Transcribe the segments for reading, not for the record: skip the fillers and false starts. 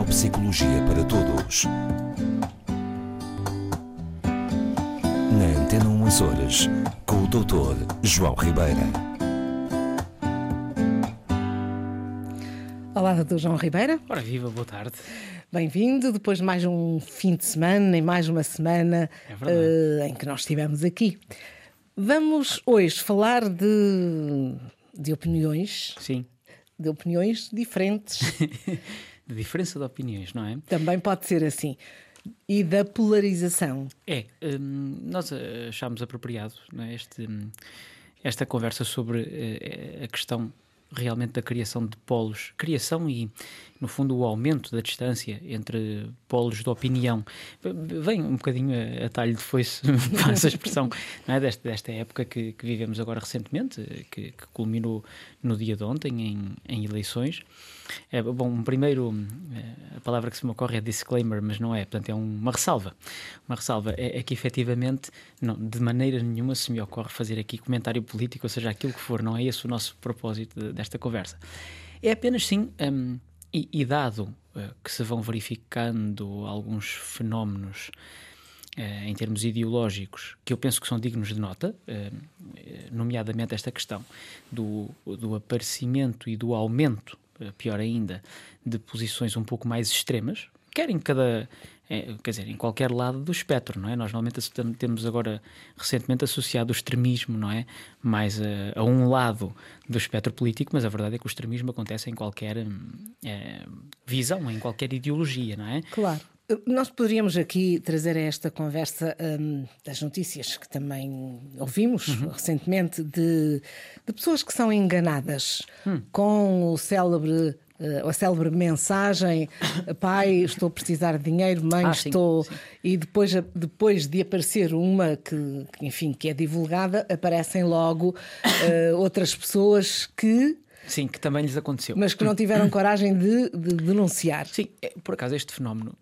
Neuropsicologia para Todos. Na Antena 1 Açores, com o Dr. João Ribeira. Olá, Dr. João Ribeira. Ora viva, boa tarde. Bem-vindo depois de mais um fim de semana e mais uma semana em que nós estivemos aqui. Vamos hoje falar de opiniões. Sim. De opiniões diferentes. De diferença de opiniões, não é? Também pode ser assim. E da polarização. Nós achámos apropriado, não é, esta conversa sobre a questão realmente da criação de polos. Criação e, no fundo, o aumento da distância entre polos de opinião. Vem um bocadinho a talho de foice, essa expressão, não é? Desta época que vivemos agora recentemente, que culminou no dia de ontem em eleições. A palavra que se me ocorre é disclaimer, mas não é, portanto é uma ressalva. Uma ressalva é que efetivamente, não, de maneira nenhuma se me ocorre fazer aqui comentário político, ou seja, aquilo que for, não é esse o nosso propósito desta conversa. É apenas sim, e dado que se vão verificando alguns fenómenos em termos ideológicos, que eu penso que são dignos de nota, nomeadamente esta questão do aparecimento e do aumento, pior ainda, de posições um pouco mais extremas, quer em em qualquer lado do espectro, não é? Nós normalmente temos agora recentemente associado o extremismo, não é? Mais a um lado do espectro político, mas a verdade é que o extremismo acontece em qualquer visão, em qualquer ideologia, não é? Claro. Nós poderíamos aqui trazer a esta conversa das notícias que também ouvimos recentemente de pessoas que são enganadas com a célebre mensagem: pai, estou a precisar de dinheiro, mãe, estou... Sim. E depois de aparecer uma que é divulgada, aparecem logo outras pessoas que... Sim, que também lhes aconteceu. Mas que não tiveram coragem de denunciar. Sim, por acaso este fenómeno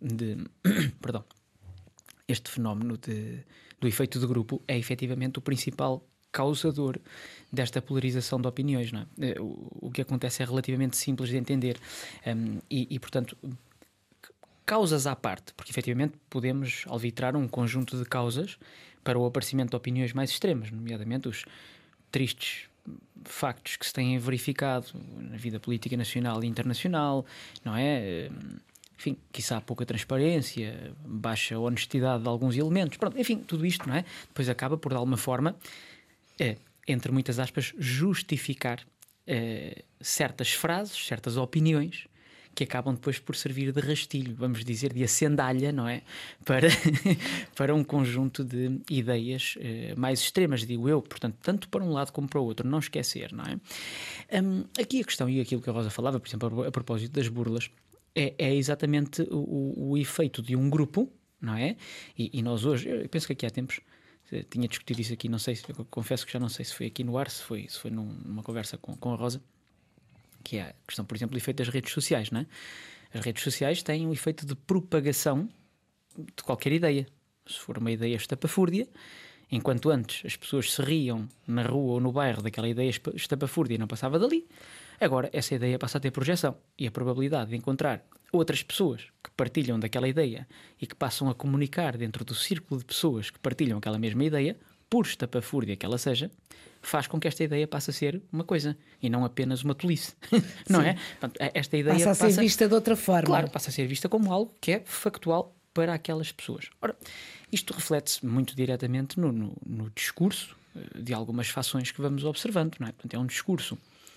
do efeito de grupo é efetivamente o principal causador desta polarização de opiniões, não é? O que acontece é relativamente simples de entender e, portanto, causas à parte, porque efetivamente podemos alvitrar um conjunto de causas para o aparecimento de opiniões mais extremas, nomeadamente os tristes factos que se têm verificado na vida política nacional e internacional, não é? Enfim, quiçá pouca transparência, baixa honestidade de alguns elementos, pronto, enfim, tudo isto, não é? Depois acaba por, de alguma forma, entre muitas aspas, justificar certas frases, certas opiniões que acabam depois por servir de rastilho, vamos dizer, de acendalha, não é? Para um conjunto de ideias mais extremas, digo eu, portanto, tanto para um lado como para o outro, não esquecer, não é? Aqui a questão, e aquilo que a Rosa falava, por exemplo, a propósito das burlas, é exatamente o efeito de um grupo, não é? E nós hoje, eu penso que aqui há tempos, tinha discutido isso aqui, não sei, confesso que já não sei se foi aqui no ar, se foi numa conversa com a Rosa, que é a questão, por exemplo, do efeito das redes sociais, não é? As redes sociais têm um efeito de propagação de qualquer ideia. Se for uma ideia estapafúrdia, enquanto antes as pessoas se riam na rua ou no bairro daquela ideia estapafúrdia e não passava dali, agora essa ideia passa a ter projeção e a probabilidade de encontrar outras pessoas que partilham daquela ideia e que passam a comunicar dentro do círculo de pessoas que partilham aquela mesma ideia, por estapafúrdia que ela seja, faz com que esta ideia passe a ser uma coisa e não apenas uma tolice, não é? Portanto, esta ideia passa a ser vista de outra forma. Claro, passa a ser vista como algo que é factual para aquelas pessoas. Ora, isto reflete-se muito diretamente no discurso de algumas fações que vamos observando, não é? Portanto, é um discurso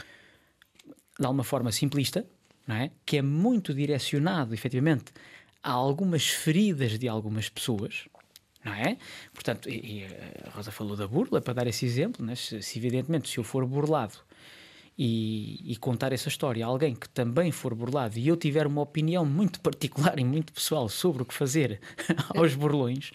de alguma forma simplista, não é? Que é muito direcionado, efetivamente, a algumas feridas de algumas pessoas, não é? Portanto, e a Rosa falou da burla, para dar esse exemplo, né? Se evidentemente, se eu for burlado e contar essa história a alguém que também for burlado e eu tiver uma opinião muito particular e muito pessoal sobre o que fazer aos burlões,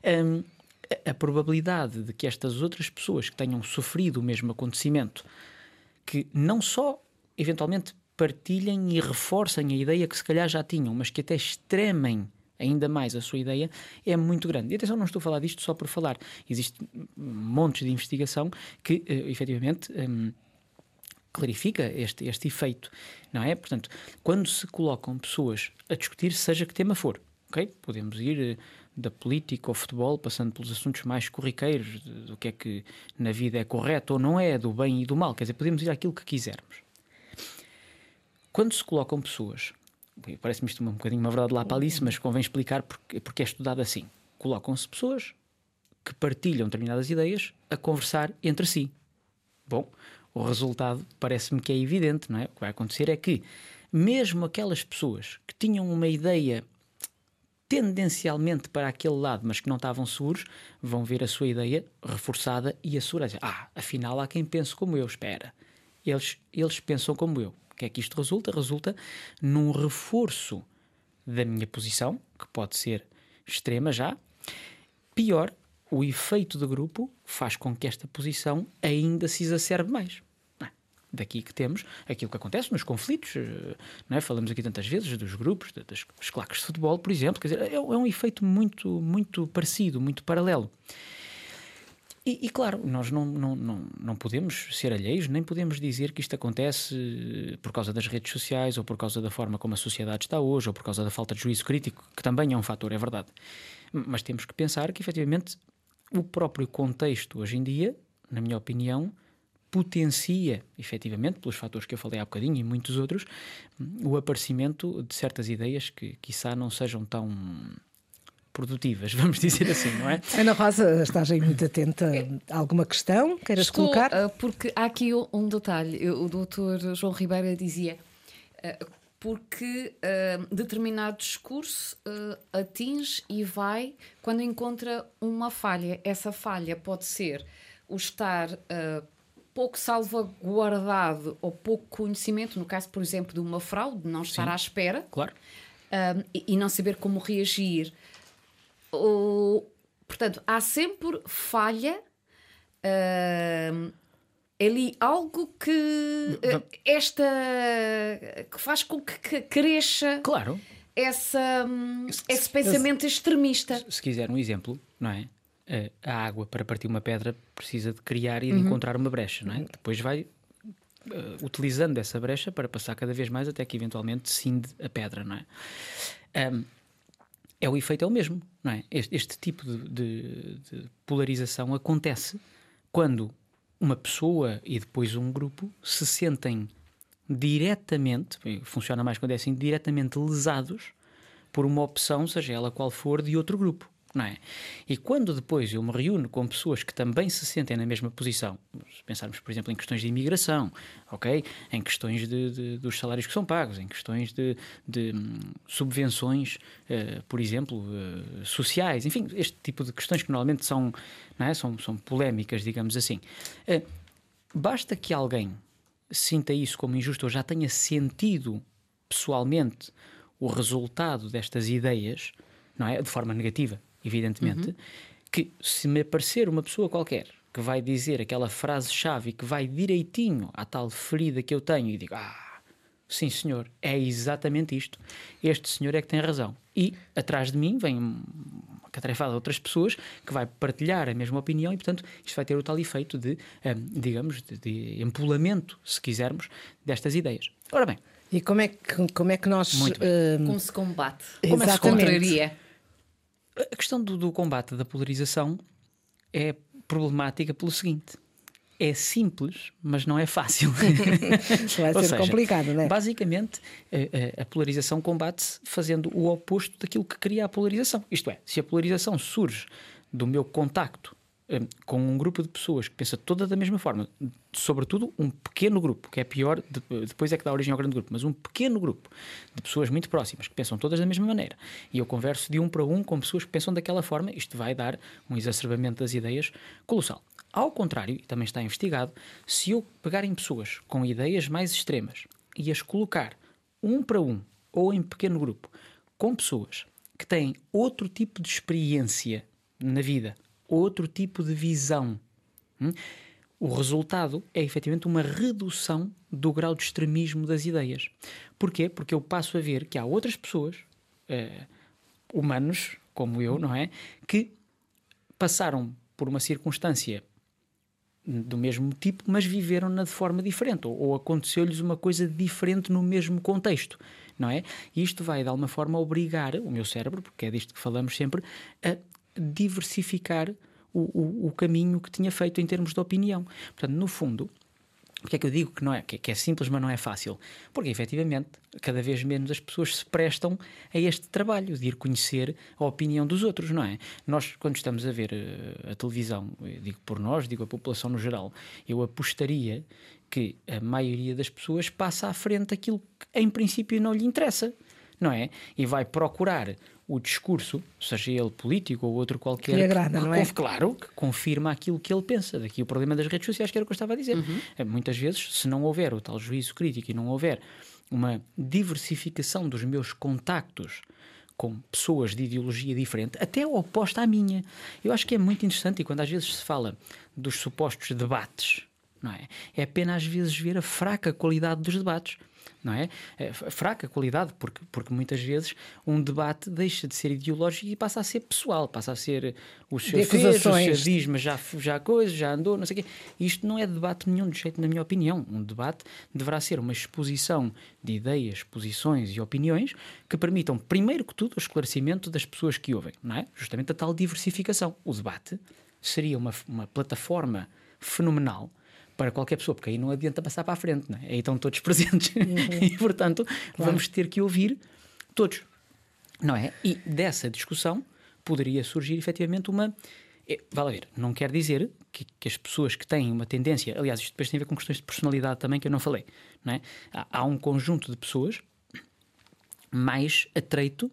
a probabilidade de que estas outras pessoas que tenham sofrido o mesmo acontecimento, que não só eventualmente partilhem e reforcem a ideia que se calhar já tinham, mas que até extremem ainda mais a sua ideia, é muito grande. E atenção, não estou a falar disto só por falar. Existem montes de investigação que, efetivamente, clarifica este efeito, não é? Portanto, quando se colocam pessoas a discutir, seja que tema for, ok? Podemos ir da política ao futebol, passando pelos assuntos mais corriqueiros, do que é que na vida é correto ou não é, do bem e do mal, quer dizer, podemos ir àquilo que quisermos. Quando se colocam pessoas, parece-me isto um bocadinho uma verdade lá para Alice, mas convém explicar porque é estudado assim. Colocam-se pessoas que partilham determinadas ideias a conversar entre si. Bom, o resultado parece-me que é evidente, não é? O que vai acontecer é que, mesmo aquelas pessoas que tinham uma ideia tendencialmente para aquele lado, mas que não estavam seguros, vão ver a sua ideia reforçada e assegurada. Afinal há quem pense como eu, espera. Eles pensam como eu. O que é que isto resulta? Resulta num reforço da minha posição, que pode ser extrema já. Pior, o efeito de grupo faz com que esta posição ainda se exacerbe mais. Daqui que temos aquilo que acontece nos conflitos, não é? Falamos aqui tantas vezes dos grupos, das claques de futebol, por exemplo. Quer dizer, é um efeito muito, muito parecido, muito paralelo. E claro, nós não podemos ser alheios, nem podemos dizer que isto acontece por causa das redes sociais, ou por causa da forma como a sociedade está hoje, ou por causa da falta de juízo crítico, que também é um fator, é verdade. Mas temos que pensar que, efetivamente, o próprio contexto hoje em dia, na minha opinião, potencia, efetivamente, pelos fatores que eu falei há bocadinho e muitos outros, o aparecimento de certas ideias que, quiçá, não sejam tão produtivas, vamos dizer assim, não é? Ana Rosa, estás aí muito atenta a alguma questão? Queiras colocar? Porque há aqui um detalhe. O doutor João Ribeiro dizia porque determinado discurso atinge e vai quando encontra uma falha. Essa falha pode ser o estar pouco salvaguardado ou pouco conhecimento, no caso, por exemplo, de uma fraude, de não estar à espera, claro. E não saber como reagir. Portanto, há sempre falha, ali algo que que faz com que cresça, claro, esse pensamento extremista. Se quiser um exemplo, não é? A água, para partir uma pedra, precisa de criar e de encontrar uma brecha, não é? Depois vai utilizando essa brecha para passar cada vez mais até que eventualmente cinde a pedra, não é? O efeito é o mesmo, não é? Este tipo de polarização acontece quando uma pessoa e depois um grupo se sentem diretamente, funciona mais quando é assim, diretamente lesados por uma opção, seja ela qual for, de outro grupo. Não é? E quando depois eu me reúno com pessoas que também se sentem na mesma posição, se pensarmos, por exemplo, em questões de imigração, okay? Em questões dos salários que são pagos, em questões de subvenções, por exemplo, sociais, enfim, este tipo de questões que normalmente são, não é? são polémicas, digamos assim. Basta que alguém sinta isso como injusto ou já tenha sentido pessoalmente o resultado destas ideias, não é? De forma negativa, evidentemente, que se me aparecer uma pessoa qualquer que vai dizer aquela frase-chave e que vai direitinho à tal ferida que eu tenho e digo, sim senhor, é exatamente isto, este senhor é que tem razão, e atrás de mim vem uma catrefada de outras pessoas que vai partilhar a mesma opinião e, portanto, isto vai ter o tal efeito de, digamos, de empolamento, se quisermos, destas ideias. Ora bem, e como é que nós... Como se combate? Como se contraria? A questão do combate da polarização é problemática pelo seguinte: é simples, mas não é fácil. Vai ser complicado, não é? Basicamente, a polarização combate-se fazendo o oposto daquilo que cria a polarização. Isto é, se a polarização surge do meu contacto com um grupo de pessoas que pensa toda da mesma forma, sobretudo um pequeno grupo, que é pior, depois é que dá origem ao grande grupo, mas um pequeno grupo de pessoas muito próximas que pensam todas da mesma maneira, e eu converso de um para um com pessoas que pensam daquela forma, isto vai dar um exacerbamento das ideias colossal. Ao contrário, e também está investigado, se eu pegar em pessoas com ideias mais extremas e as colocar um para um ou em pequeno grupo com pessoas que têm outro tipo de experiência na vida, outro tipo de visão, o resultado é efetivamente uma redução do grau de extremismo das ideias. Porquê? Porque eu passo a ver que há outras pessoas, humanos como eu, não é? Que passaram por uma circunstância do mesmo tipo, mas viveram-na de forma diferente, ou aconteceu-lhes uma coisa diferente no mesmo contexto, não é? E isto vai, de alguma forma, obrigar o meu cérebro, porque é disto que falamos sempre, a diversificar o caminho que tinha feito em termos de opinião. Portanto, no fundo, porque é que eu digo que, não é, que é simples, mas não é fácil? Porque, efetivamente, cada vez menos as pessoas se prestam a este trabalho de ir conhecer a opinião dos outros, não é? Nós, quando estamos a ver a televisão, eu digo por nós, digo a população no geral, eu apostaria que a maioria das pessoas passa à frente aquilo que, em princípio, não lhe interessa, não é? E vai procurar o discurso, seja ele político ou outro qualquer, que lhe agrada, não é? Claro, que confirma aquilo que ele pensa. Daqui o problema das redes sociais, que era o que eu estava a dizer. Muitas vezes, se não houver o tal juízo crítico e não houver uma diversificação dos meus contactos com pessoas de ideologia diferente, até oposta à minha, eu acho que é muito interessante. E quando às vezes se fala dos supostos debates, não é? É pena às vezes ver a fraca qualidade dos debates. Não é? Fraca qualidade, porque muitas vezes um debate deixa de ser ideológico e passa a ser pessoal, passa a ser o seu fez, o seu diz, mas já coisa, já andou, não sei o quê. Isto não é debate nenhum, de jeito, na minha opinião. Um debate deverá ser uma exposição de ideias, posições e opiniões que permitam, primeiro que tudo, o esclarecimento das pessoas que ouvem, não é? Justamente a tal diversificação. O debate seria uma plataforma fenomenal para qualquer pessoa, porque aí não adianta passar para a frente, não é? Aí estão todos presentes e, portanto, vamos ter que ouvir todos, não é? E dessa discussão poderia surgir efetivamente uma... Vale a ver, não quer dizer que as pessoas que têm uma tendência... Aliás, isto depois tem a ver com questões de personalidade também, que eu não falei, não é? Há um conjunto de pessoas mais atreito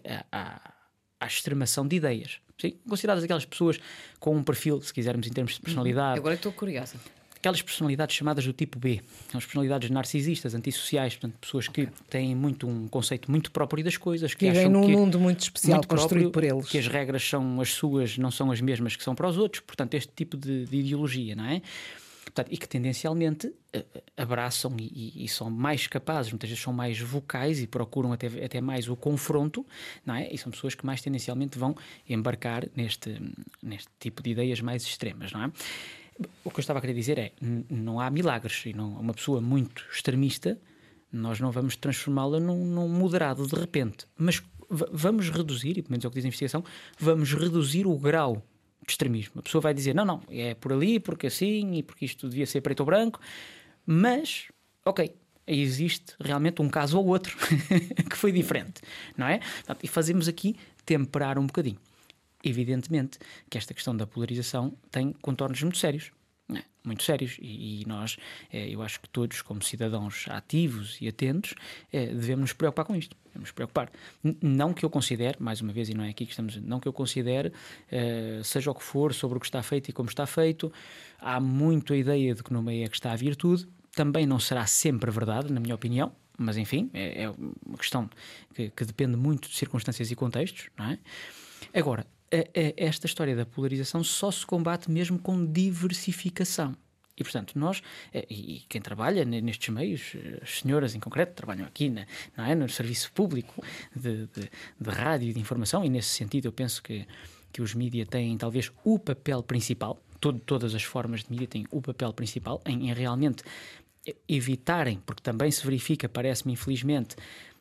à extremação de ideias. Sim? Consideradas aquelas pessoas com um perfil, se quisermos em termos de personalidade... Agora estou curiosa. Aquelas personalidades chamadas do tipo B, as personalidades narcisistas, antissociais, portanto, pessoas que têm um conceito muito próprio das coisas, que vivem acham num que mundo muito especial, muito construído por eles, que as regras são as suas, não são as mesmas que são para os outros, portanto, este tipo de ideologia, não é? Portanto, e que tendencialmente abraçam e são mais capazes, muitas vezes são mais vocais e procuram até mais o confronto, não é? E são pessoas que mais tendencialmente vão embarcar neste tipo de ideias mais extremas, não é? O que eu estava a querer dizer é, não há milagres, e não, uma pessoa muito extremista, nós não vamos transformá-la num moderado de repente, mas vamos reduzir, e pelo menos é o que diz a investigação, vamos reduzir o grau de extremismo. A pessoa vai dizer, não, é por ali, porque assim, e porque isto devia ser preto ou branco, mas, ok, existe realmente um caso ou outro que foi diferente, não é? E fazemos aqui temperar um bocadinho. Evidentemente que esta questão da polarização tem contornos muito sérios, né? Muito sérios, e nós, eu acho que todos, como cidadãos ativos e atentos, devemos nos preocupar com isto. Devemos nos preocupar. Não que eu considere, mais uma vez, e não é aqui que estamos, não que eu considere, seja o que for, sobre o que está feito e como está feito, há muito a ideia de que no meio é que está a virtude. Também não será sempre verdade, na minha opinião, mas enfim, é uma questão que depende muito de circunstâncias e contextos, não é? Agora, esta história da polarização só se combate mesmo com diversificação. E, portanto, nós, e quem trabalha nestes meios, as senhoras em concreto, trabalham aqui não é? No serviço público de rádio e de informação, e nesse sentido eu penso que os mídias têm talvez o papel principal, todas as formas de mídia têm o papel principal em realmente evitarem, porque também se verifica, parece-me infelizmente,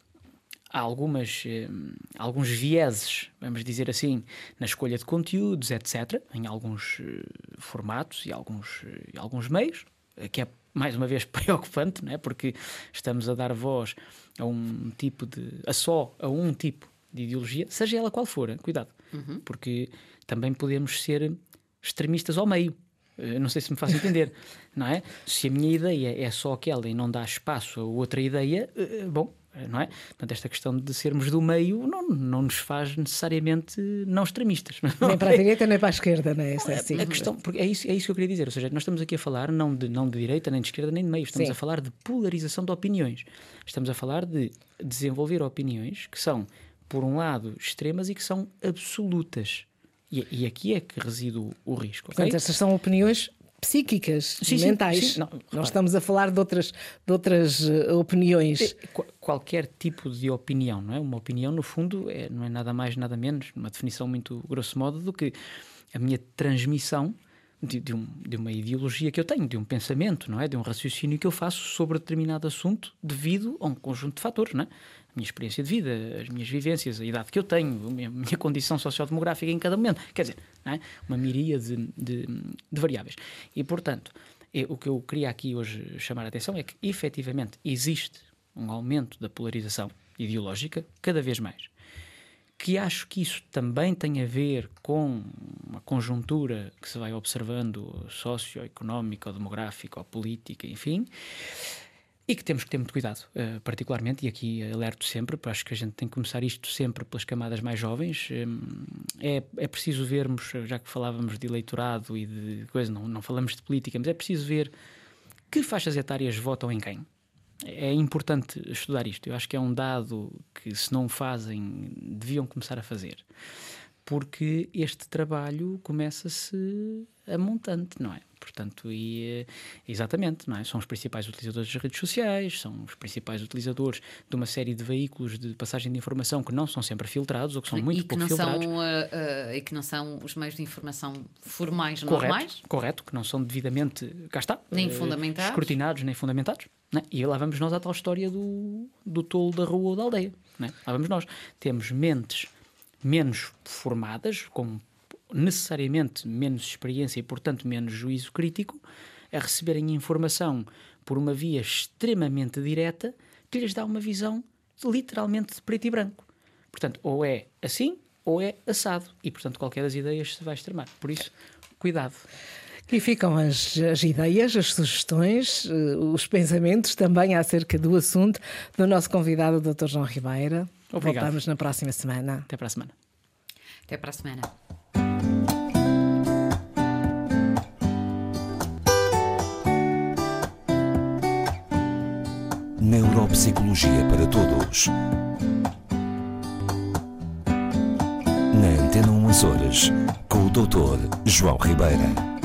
há alguns vieses, vamos dizer assim, na escolha de conteúdos, etc., em alguns formatos e alguns meios, que é, mais uma vez, preocupante, não é? Porque estamos a dar voz a um tipo a um tipo de ideologia, seja ela qual for, cuidado, porque também podemos ser extremistas ao meio. Não sei se me faço entender, não é? Se a minha ideia é só aquela e não dá espaço a outra ideia, bom, não é? Portanto, esta questão de sermos do meio não nos faz necessariamente não extremistas. Nem para a direita nem para a esquerda, não é? Assim. A questão, porque é isso que eu queria dizer. Ou seja, nós estamos aqui a falar não de direita, nem de esquerda, nem de meio. Estamos a falar de polarização de opiniões. Estamos a falar de desenvolver opiniões que são, por um lado, extremas e que são absolutas. E aqui é que reside o risco. Portanto, estas são opiniões psíquicas, mentais. Sim. Não estamos a falar de outras opiniões. Qualquer tipo de opinião, não é? Uma opinião, no fundo, não é nada mais, nada menos, uma definição muito grosso modo, do que a minha transmissão de uma ideologia que eu tenho, de um pensamento, não é? De um raciocínio que eu faço sobre determinado assunto devido a um conjunto de fatores, não é? A minha experiência de vida, as minhas vivências, a idade que eu tenho, a minha condição sociodemográfica em cada momento. Quer dizer, não é? Uma miríade de variáveis. E, portanto, o que eu queria aqui hoje chamar a atenção é que, efetivamente, existe um aumento da polarização ideológica cada vez mais, que acho que isso também tem a ver com uma conjuntura que se vai observando socioeconómica, ou demográfica, ou política, enfim, e que temos que ter muito cuidado, particularmente, e aqui alerto sempre, porque acho que a gente tem que começar isto sempre pelas camadas mais jovens. É preciso vermos, já que falávamos de eleitorado e de coisa, não falamos de política, mas é preciso ver que faixas etárias votam em quem. É importante estudar isto. Eu acho que é um dado que, se não fazem, deviam começar a fazer. Porque este trabalho começa-se a montante, não é? Portanto, exatamente, não é? São os principais utilizadores das redes sociais, são os principais utilizadores de uma série de veículos de passagem de informação que não são sempre filtrados, ou que são muito pouco filtrados. E que não são os meios de informação formais normais. Correto, que não são devidamente, cá está, nem fundamentados. Escrutinados, nem fundamentados. Não é? E lá vamos nós à tal história do tolo da rua ou da aldeia. Não é? Lá vamos nós. Temos mentes menos formadas, com necessariamente menos experiência e, portanto, menos juízo crítico, a receberem informação por uma via extremamente direta que lhes dá uma visão literalmente de preto e branco. Portanto, ou é assim ou é assado. E, portanto, qualquer das ideias se vai extremar. Por isso, cuidado. E ficam as ideias, as sugestões, os pensamentos também acerca do assunto do nosso convidado, o Dr. João Ribeira. Obrigado. Voltamos na próxima semana. Até para a semana. Até para a semana. Neuropsicologia para Todos. Na Antena 1 Açores, com o Dr. João Ribeira.